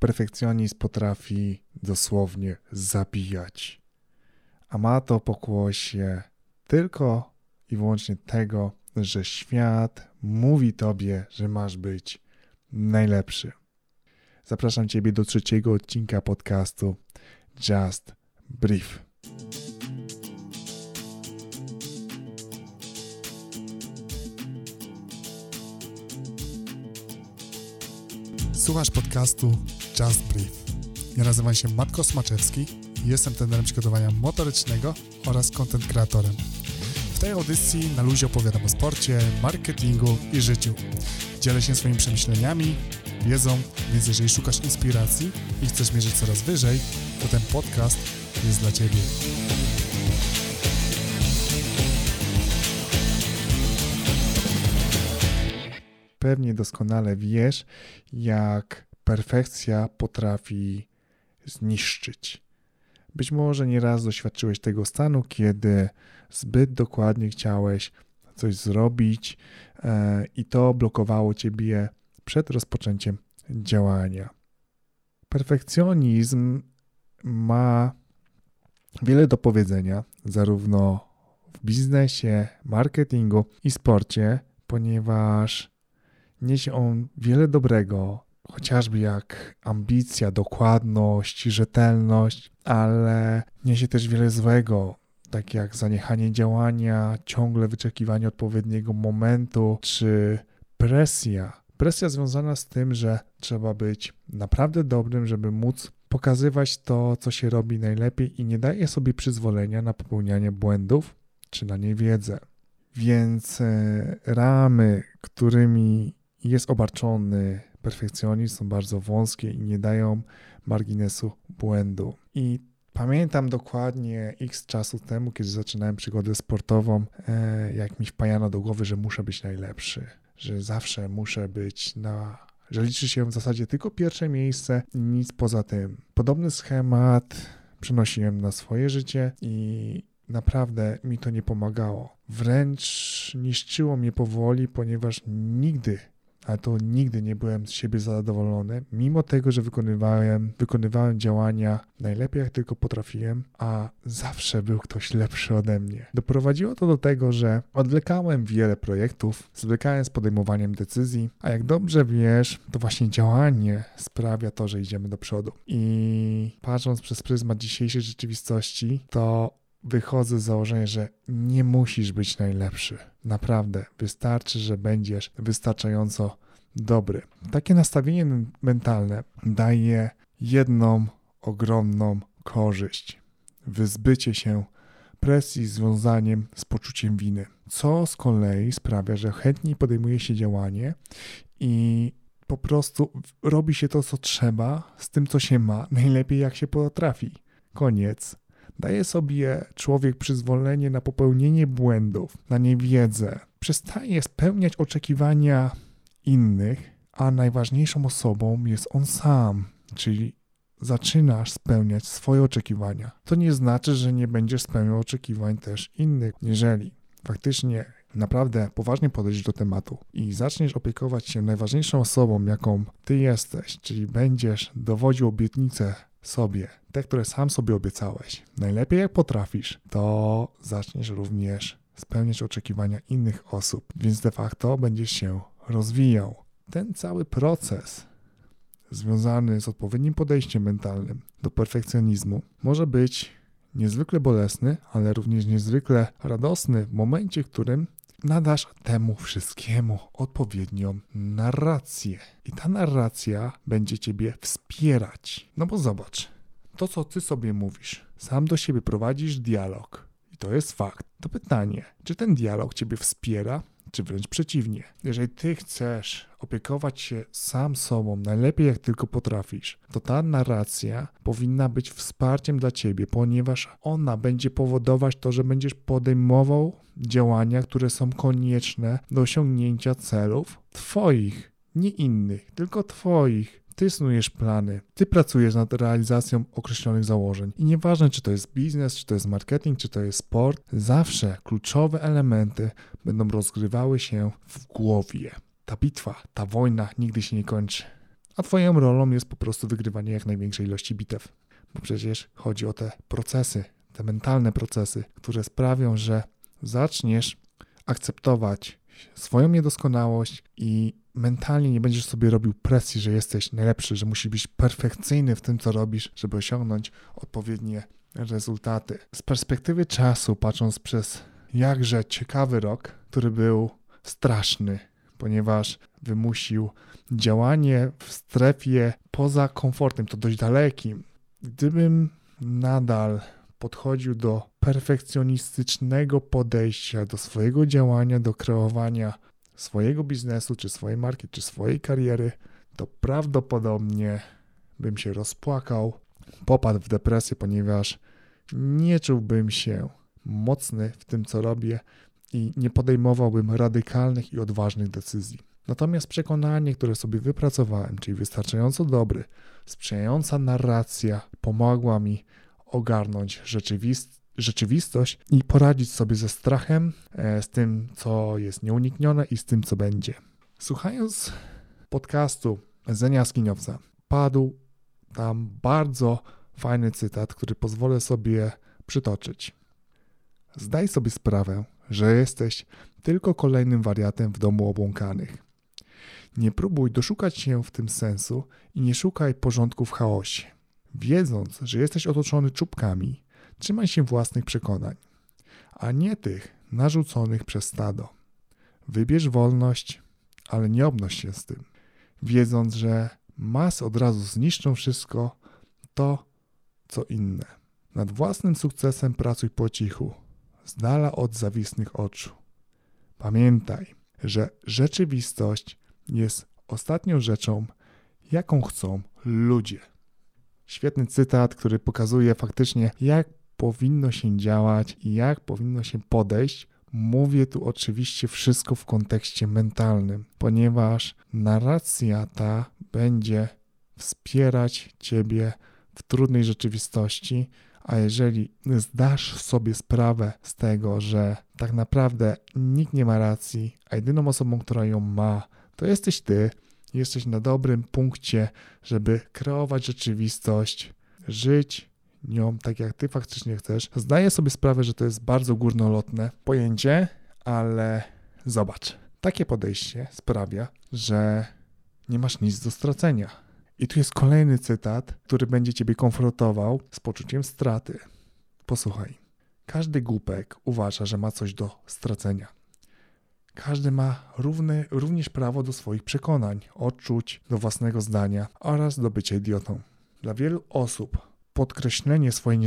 perfekcjonizm potrafi dosłownie zabijać. A ma to pokłosie tylko i wyłącznie tego, że świat mówi tobie, że masz być najlepszy. Zapraszam ciebie do 3. odcinka podcastu Just Brief. Słuchasz podcastu Just Brief. Ja nazywam się Matko Smaczewski i jestem trenerem przygotowania motorycznego oraz content kreatorem. W tej audycji na luzie opowiadam o sporcie, marketingu i życiu. Dzielę się swoimi przemyśleniami, wiedzą, więc jeżeli szukasz inspiracji i chcesz mierzyć coraz wyżej, to ten podcast jest dla ciebie. Pewnie doskonale wiesz, jak perfekcja potrafi zniszczyć. Być może nieraz doświadczyłeś tego stanu, kiedy zbyt dokładnie chciałeś coś zrobić i to blokowało ciebie przed rozpoczęciem działania. Perfekcjonizm ma wiele do powiedzenia, zarówno w biznesie, marketingu i sporcie, ponieważ niesie on wiele dobrego, chociażby jak ambicja, dokładność, rzetelność, ale niesie też wiele złego, tak jak zaniechanie działania, ciągle wyczekiwanie odpowiedniego momentu, czy presja. Presja związana z tym, że trzeba być naprawdę dobrym, żeby móc pokazywać to, co się robi najlepiej i nie daje sobie przyzwolenia na popełnianie błędów, czy na niewiedzę. Więc ramy, którymi jest obarczony perfekcjonizm, są bardzo wąskie i nie dają marginesu błędu. I pamiętam dokładnie x czasu temu, kiedy zaczynałem przygodę sportową, jak mi wpajano do głowy, że muszę być najlepszy, że zawsze muszę być że liczy się w zasadzie tylko pierwsze miejsce i nic poza tym. Podobny schemat przenosiłem na swoje życie i naprawdę mi to nie pomagało. Wręcz niszczyło mnie powoli, ponieważ nigdy nie byłem z siebie zadowolony, mimo tego, że wykonywałem działania najlepiej jak tylko potrafiłem, a zawsze był ktoś lepszy ode mnie. Doprowadziło to do tego, że odwlekałem wiele projektów, zwlekałem z podejmowaniem decyzji, a jak dobrze wiesz, to właśnie działanie sprawia to, że idziemy do przodu. I patrząc przez pryzmat dzisiejszej rzeczywistości, to wychodzę z założenia, że nie musisz być najlepszy. Naprawdę, wystarczy, że będziesz wystarczająco dobry. Takie nastawienie mentalne daje jedną ogromną korzyść. Wyzbycie się presji związaniem z poczuciem winy, co z kolei sprawia, że chętniej podejmuje się działanie i po prostu robi się to, co trzeba, z tym, co się ma, najlepiej jak się potrafi. Koniec. Daje sobie człowiek przyzwolenie na popełnienie błędów, na niewiedzę. Przestaje spełniać oczekiwania innych, a najważniejszą osobą jest on sam, czyli zaczynasz spełniać swoje oczekiwania. To nie znaczy, że nie będziesz spełniał oczekiwań też innych. Jeżeli faktycznie naprawdę poważnie podejdziesz do tematu i zaczniesz opiekować się najważniejszą osobą, jaką ty jesteś, czyli będziesz dowodził obietnice sobie, te, które sam sobie obiecałeś, najlepiej jak potrafisz, to zaczniesz również spełniać oczekiwania innych osób, więc de facto będziesz się rozwijał. Ten cały proces związany z odpowiednim podejściem mentalnym do perfekcjonizmu może być niezwykle bolesny, ale również niezwykle radosny w momencie, w którym nadasz temu wszystkiemu odpowiednią narrację. I ta narracja będzie ciebie wspierać. No bo zobacz, to co ty sobie mówisz, sam do siebie prowadzisz dialog. I to jest fakt. To pytanie, czy ten dialog ciebie wspiera, czy wręcz przeciwnie. Jeżeli ty chcesz opiekować się sam sobą najlepiej jak tylko potrafisz, to ta narracja powinna być wsparciem dla ciebie, ponieważ ona będzie powodować to, że będziesz podejmował działania, które są konieczne do osiągnięcia celów twoich, nie innych, tylko twoich. Ty snujesz plany, ty pracujesz nad realizacją określonych założeń. I nieważne, czy to jest biznes, czy to jest marketing, czy to jest sport, zawsze kluczowe elementy będą rozgrywały się w głowie. Ta bitwa, ta wojna nigdy się nie kończy. a twoją rolą jest po prostu wygrywanie jak największej ilości bitew. Bo przecież chodzi o te procesy, te mentalne procesy, które sprawią, że zaczniesz akceptować swoją niedoskonałość i mentalnie nie będziesz sobie robił presji, że jesteś najlepszy, że musisz być perfekcyjny w tym, co robisz, żeby osiągnąć odpowiednie rezultaty. Z perspektywy czasu, patrząc przez jakże ciekawy rok, który był straszny, ponieważ wymusił działanie w strefie poza komfortem, to dość dalekim. Gdybym nadal podchodził do perfekcjonistycznego podejścia do swojego działania, do kreowania swojego biznesu, czy swojej marki, czy swojej kariery, to prawdopodobnie bym się rozpłakał, popadł w depresję, ponieważ nie czułbym się mocny w tym, co robię i nie podejmowałbym radykalnych i odważnych decyzji. Natomiast przekonanie, które sobie wypracowałem, czyli wystarczająco dobry, sprzyjająca narracja pomogła mi ogarnąć rzeczywistość i poradzić sobie ze strachem, z tym, co jest nieuniknione i z tym, co będzie. Słuchając podcastu Zenia Skiniowca, padł tam bardzo fajny cytat, który pozwolę sobie przytoczyć. Zdaj sobie sprawę, że jesteś tylko kolejnym wariatem w domu obłąkanych. Nie próbuj doszukać się w tym sensu i nie szukaj porządku w chaosie. Wiedząc, że jesteś otoczony czubkami, trzymaj się własnych przekonań, a nie tych narzuconych przez stado. Wybierz wolność, ale nie obnoś się z tym. Wiedząc, że masy od razu zniszczą wszystko to, co inne. Nad własnym sukcesem pracuj po cichu, z dala od zawisłych oczu. Pamiętaj, że rzeczywistość jest ostatnią rzeczą, jaką chcą ludzie. Świetny cytat, który pokazuje faktycznie, jak powinno się działać i jak powinno się podejść. Mówię tu oczywiście wszystko w kontekście mentalnym, ponieważ narracja ta będzie wspierać Ciebie w trudnej rzeczywistości, a jeżeli zdasz sobie sprawę z tego, że tak naprawdę nikt nie ma racji, a jedyną osobą, która ją ma, to jesteś Ty, jesteś na dobrym punkcie, żeby kreować rzeczywistość, żyć nią tak, jak Ty faktycznie chcesz. Zdaję sobie sprawę, że to jest bardzo górnolotne pojęcie, ale zobacz, takie podejście sprawia, że nie masz nic do stracenia. I tu jest kolejny cytat, który będzie Ciebie konfrontował z poczuciem straty. Posłuchaj. Każdy głupek uważa, że ma coś do stracenia. Każdy ma również prawo do swoich przekonań, odczuć, do własnego zdania oraz do bycia idiotą. Dla wielu osób podkreślenie swojej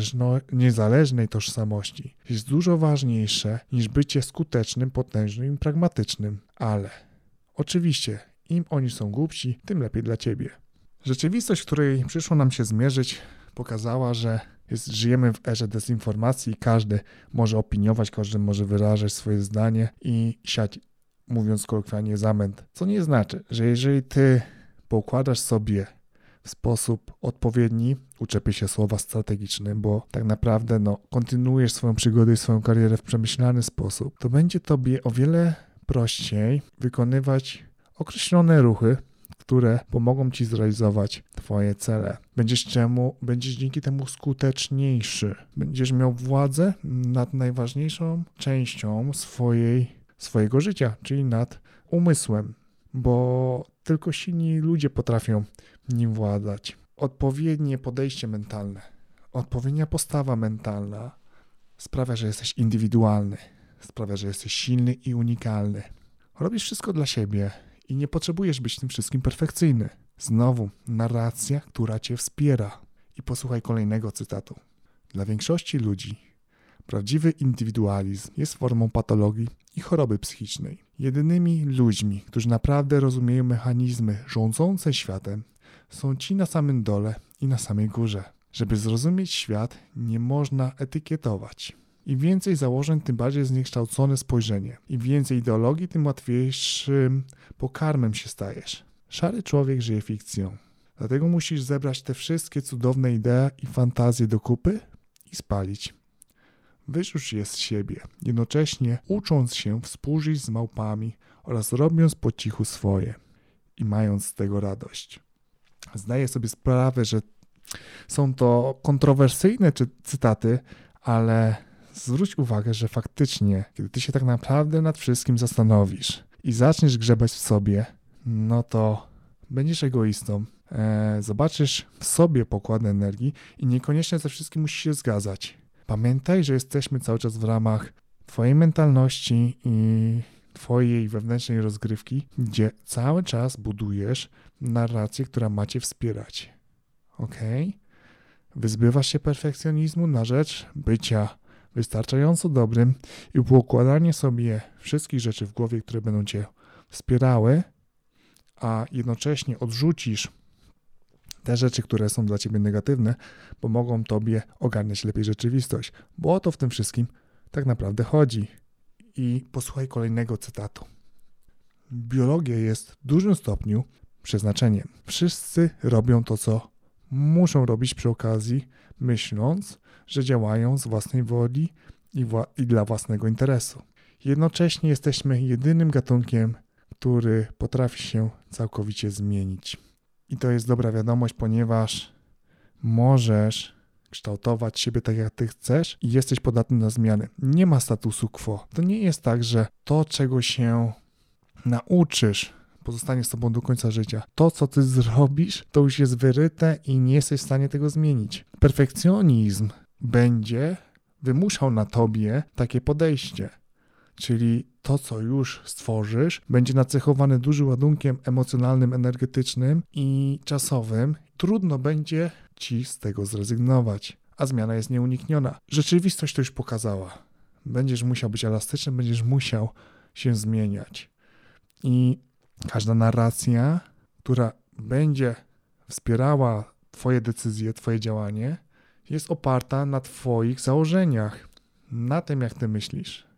niezależnej tożsamości jest dużo ważniejsze niż bycie skutecznym, potężnym i pragmatycznym. Ale oczywiście, im oni są głupsi, tym lepiej dla Ciebie. Rzeczywistość, w której przyszło nam się zmierzyć, pokazała, że żyjemy w erze dezinformacji i każdy może opiniować, każdy może wyrażać swoje zdanie i siać, mówiąc kolokwialnie, zamęt. Co nie znaczy, że jeżeli Ty poukładasz sobie w sposób odpowiedni, uczepię się słowa strategiczny, bo tak naprawdę kontynuujesz swoją przygodę i swoją karierę w przemyślany sposób, to będzie Tobie o wiele prościej wykonywać określone ruchy, które pomogą Ci zrealizować Twoje cele. Będziesz dzięki temu skuteczniejszy. Będziesz miał władzę nad najważniejszą częścią swojego życia, czyli nad umysłem, bo tylko silni ludzie potrafią nim władać. Odpowiednie podejście mentalne, odpowiednia postawa mentalna sprawia, że jesteś indywidualny, sprawia, że jesteś silny i unikalny. Robisz wszystko dla siebie i nie potrzebujesz być tym wszystkim perfekcyjny. Znowu narracja, która Cię wspiera. I posłuchaj kolejnego cytatu. Dla większości ludzi prawdziwy indywidualizm jest formą patologii i choroby psychicznej. Jedynymi ludźmi, którzy naprawdę rozumieją mechanizmy rządzące światem, są ci na samym dole i na samej górze. Żeby zrozumieć świat, nie można etykietować. Im więcej założeń, tym bardziej zniekształcone spojrzenie. Im więcej ideologii, tym łatwiejszym pokarmem się stajesz. Szary człowiek żyje fikcją. Dlatego musisz zebrać te wszystkie cudowne idee i fantazje do kupy i spalić. Wyrzuć je z siebie, jednocześnie ucząc się współżyć z małpami oraz robiąc po cichu swoje i mając z tego radość. Zdaję sobie sprawę, że są to kontrowersyjne cytaty, ale zwróć uwagę, że faktycznie, kiedy ty się tak naprawdę nad wszystkim zastanowisz i zaczniesz grzebać w sobie, no to będziesz egoistą. Zobaczysz w sobie pokład energii i niekoniecznie ze wszystkim musisz się zgadzać. Pamiętaj, że jesteśmy cały czas w ramach twojej mentalności i twojej wewnętrznej rozgrywki, gdzie cały czas budujesz narrację, która ma cię wspierać. Okej? Wyzbywasz się perfekcjonizmu na rzecz bycia wystarczająco dobrym i poukładanie sobie wszystkich rzeczy w głowie, które będą cię wspierały, a jednocześnie odrzucisz te rzeczy, które są dla ciebie negatywne, pomogą tobie ogarniać lepiej rzeczywistość, bo o to w tym wszystkim tak naprawdę chodzi. I posłuchaj kolejnego cytatu. Biologia jest w dużym stopniu przeznaczeniem. Wszyscy robią to, co muszą robić przy okazji, myśląc, że działają z własnej woli i dla własnego interesu. Jednocześnie jesteśmy jedynym gatunkiem, który potrafi się całkowicie zmienić. I to jest dobra wiadomość, ponieważ możesz kształtować siebie tak, jak ty chcesz i jesteś podatny na zmiany. Nie ma statusu quo. To nie jest tak, że to, czego się nauczysz, pozostanie z tobą do końca życia. To, co ty zrobisz, to już jest wyryte i nie jesteś w stanie tego zmienić. Perfekcjonizm będzie wymuszał na tobie takie podejście. Czyli to, co już stworzysz, będzie nacechowane dużym ładunkiem emocjonalnym, energetycznym i czasowym. Trudno będzie ci z tego zrezygnować, a zmiana jest nieunikniona. Rzeczywistość to już pokazała. Będziesz musiał być elastyczny, będziesz musiał się zmieniać. I każda narracja, która będzie wspierała twoje decyzje, twoje działanie, jest oparta na twoich założeniach, na tym, jak ty myślisz.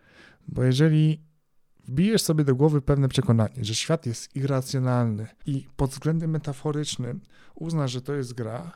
Bo jeżeli wbijesz sobie do głowy pewne przekonanie, że świat jest irracjonalny i pod względem metaforycznym uznasz, że to jest gra,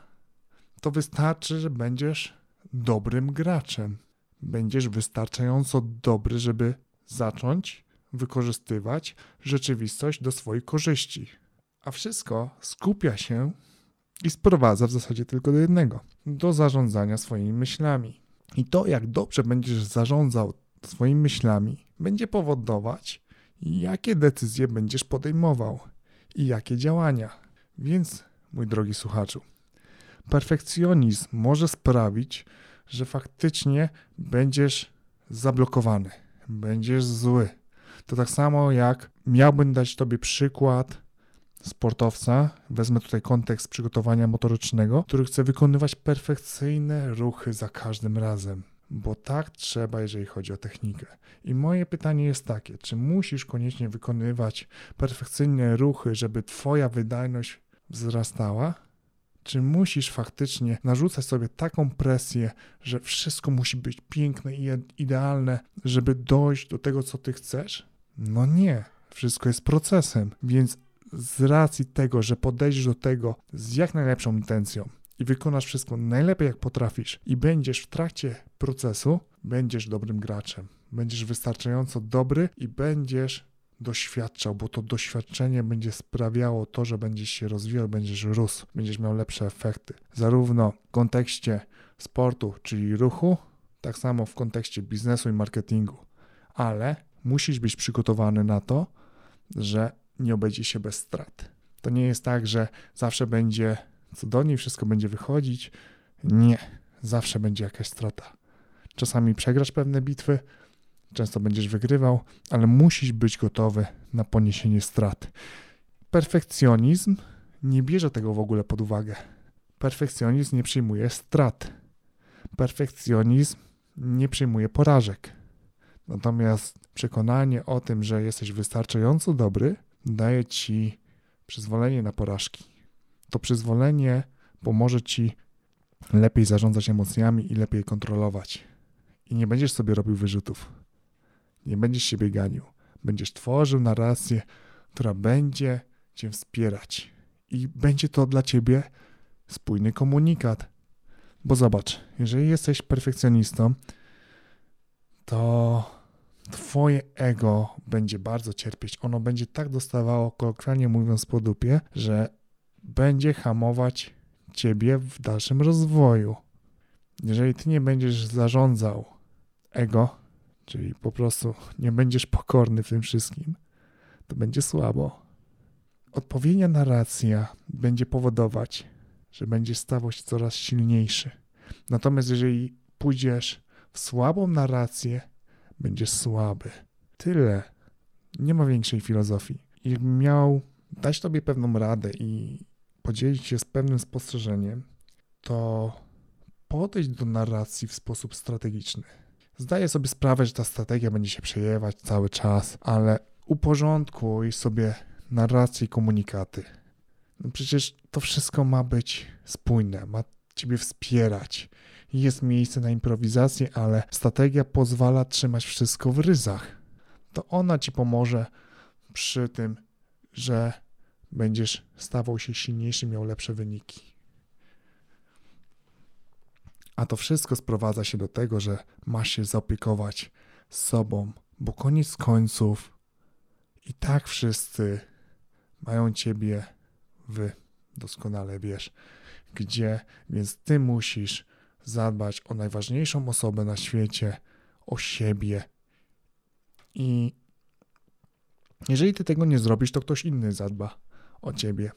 to wystarczy, że będziesz dobrym graczem. Będziesz wystarczająco dobry, żeby zacząć wykorzystywać rzeczywistość do swoich korzyści. A wszystko skupia się i sprowadza w zasadzie tylko do jednego. Do zarządzania swoimi myślami. I to, jak dobrze będziesz zarządzał swoimi myślami, będzie powodować, jakie decyzje będziesz podejmował i jakie działania. Więc, mój drogi słuchaczu, perfekcjonizm może sprawić, że faktycznie będziesz zablokowany, będziesz zły. To tak samo jak miałbym dać tobie przykład sportowca, wezmę tutaj kontekst przygotowania motorycznego, który chce wykonywać perfekcyjne ruchy za każdym razem. Bo tak trzeba, jeżeli chodzi o technikę. I moje pytanie jest takie, czy musisz koniecznie wykonywać perfekcyjne ruchy, żeby twoja wydajność wzrastała? Czy musisz faktycznie narzucać sobie taką presję, że wszystko musi być piękne i idealne, żeby dojść do tego, co ty chcesz? No nie, wszystko jest procesem, więc z racji tego, że podejdziesz do tego z jak najlepszą intencją i wykonasz wszystko najlepiej, jak potrafisz i będziesz w trakcie procesu, będziesz dobrym graczem. Będziesz wystarczająco dobry i będziesz doświadczał, bo to doświadczenie będzie sprawiało to, że będziesz się rozwijał, będziesz rósł, będziesz miał lepsze efekty. Zarówno w kontekście sportu, czyli ruchu, tak samo w kontekście biznesu i marketingu. Ale musisz być przygotowany na to, że nie obejdzie się bez strat. To nie jest tak, że zawsze będzie cudownie, wszystko będzie wychodzić. Nie, zawsze będzie jakaś strata. Czasami przegrasz pewne bitwy, często będziesz wygrywał, ale musisz być gotowy na poniesienie strat. Perfekcjonizm nie bierze tego w ogóle pod uwagę. Perfekcjonizm nie przyjmuje strat. Perfekcjonizm nie przyjmuje porażek. Natomiast przekonanie o tym, że jesteś wystarczająco dobry, daje ci przyzwolenie na porażki. To przyzwolenie pomoże ci lepiej zarządzać emocjami i lepiej kontrolować. I nie będziesz sobie robił wyrzutów. Nie będziesz siebie ganił. Będziesz tworzył narrację, która będzie cię wspierać. I będzie to dla ciebie spójny komunikat. Bo zobacz, jeżeli jesteś perfekcjonistą, to twoje ego będzie bardzo cierpieć. Ono będzie tak dostawało, kolokwialnie mówiąc, po dupie, że będzie hamować ciebie w dalszym rozwoju. Jeżeli ty nie będziesz zarządzał ego, czyli po prostu nie będziesz pokorny w tym wszystkim, to będzie słabo. Odpowiednia narracja będzie powodować, że będziesz stawał się coraz silniejszy. Natomiast jeżeli pójdziesz w słabą narrację, będziesz słaby. Tyle. Nie ma większej filozofii. Jakbym miał dać tobie pewną radę i podzielić się z pewnym spostrzeżeniem, to podejść do narracji w sposób strategiczny. Zdaję sobie sprawę, że ta strategia będzie się przejewać cały czas, ale uporządkuj sobie narrację i komunikaty. No przecież to wszystko ma być spójne, ma ciebie wspierać. Jest miejsce na improwizację, ale strategia pozwala trzymać wszystko w ryzach. To ona ci pomoże przy tym, że będziesz stawał się silniejszy, miał lepsze wyniki. A to wszystko sprowadza się do tego, że masz się zaopiekować sobą, bo koniec końców i tak wszyscy mają ciebie, doskonale wiesz, gdzie, więc ty musisz zadbać o najważniejszą osobę na świecie, o siebie. I jeżeli ty tego nie zrobisz, to ktoś inny zadba o ciebie.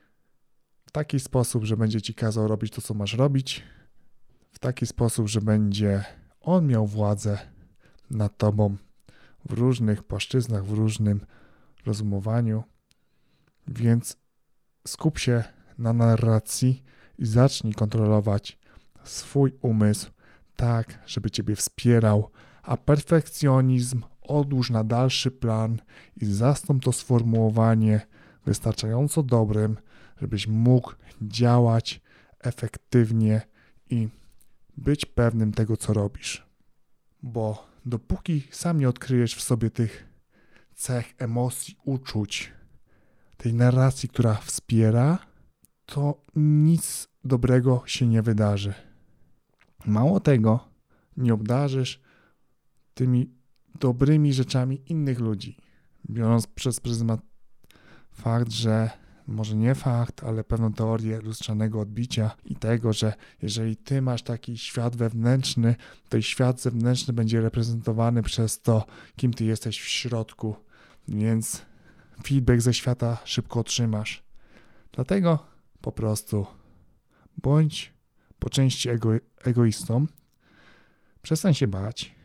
W taki sposób, że będzie ci kazał robić to, co masz robić, w taki sposób, że będzie on miał władzę nad tobą w różnych płaszczyznach, w różnym rozumowaniu. Więc skup się na narracji i zacznij kontrolować swój umysł tak, żeby ciebie wspierał, a perfekcjonizm odłóż na dalszy plan i zastąp to sformułowanie wystarczająco dobrym, żebyś mógł działać efektywnie i być pewnym tego, co robisz. Bo dopóki sam nie odkryjesz w sobie tych cech, emocji, uczuć, tej narracji, która wspiera, to nic dobrego się nie wydarzy. Mało tego, nie obdarzysz tymi dobrymi rzeczami innych ludzi, biorąc przez pryzmat fakt, że może nie fakt, ale pewną teorię lustrzanego odbicia i tego, że jeżeli ty masz taki świat wewnętrzny, to i świat zewnętrzny będzie reprezentowany przez to, kim ty jesteś w środku, więc feedback ze świata szybko otrzymasz. Dlatego po prostu bądź po części egoistą, przestań się bać,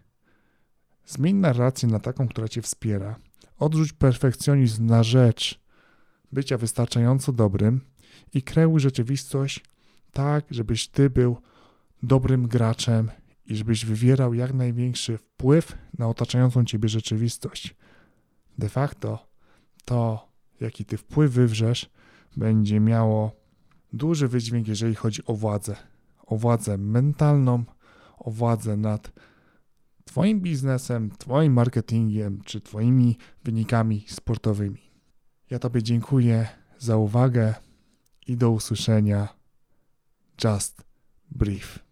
zmień narrację na taką, która cię wspiera, odrzuć perfekcjonizm na rzecz bycia wystarczająco dobrym i kreuj rzeczywistość tak, żebyś ty był dobrym graczem i żebyś wywierał jak największy wpływ na otaczającą ciebie rzeczywistość. De facto to, jaki ty wpływ wywrzesz, będzie miało duży wydźwięk, jeżeli chodzi o władzę. O władzę mentalną, o władzę nad twoim biznesem, twoim marketingiem, czy twoimi wynikami sportowymi. Ja tobie dziękuję za uwagę i do usłyszenia. Just Brief.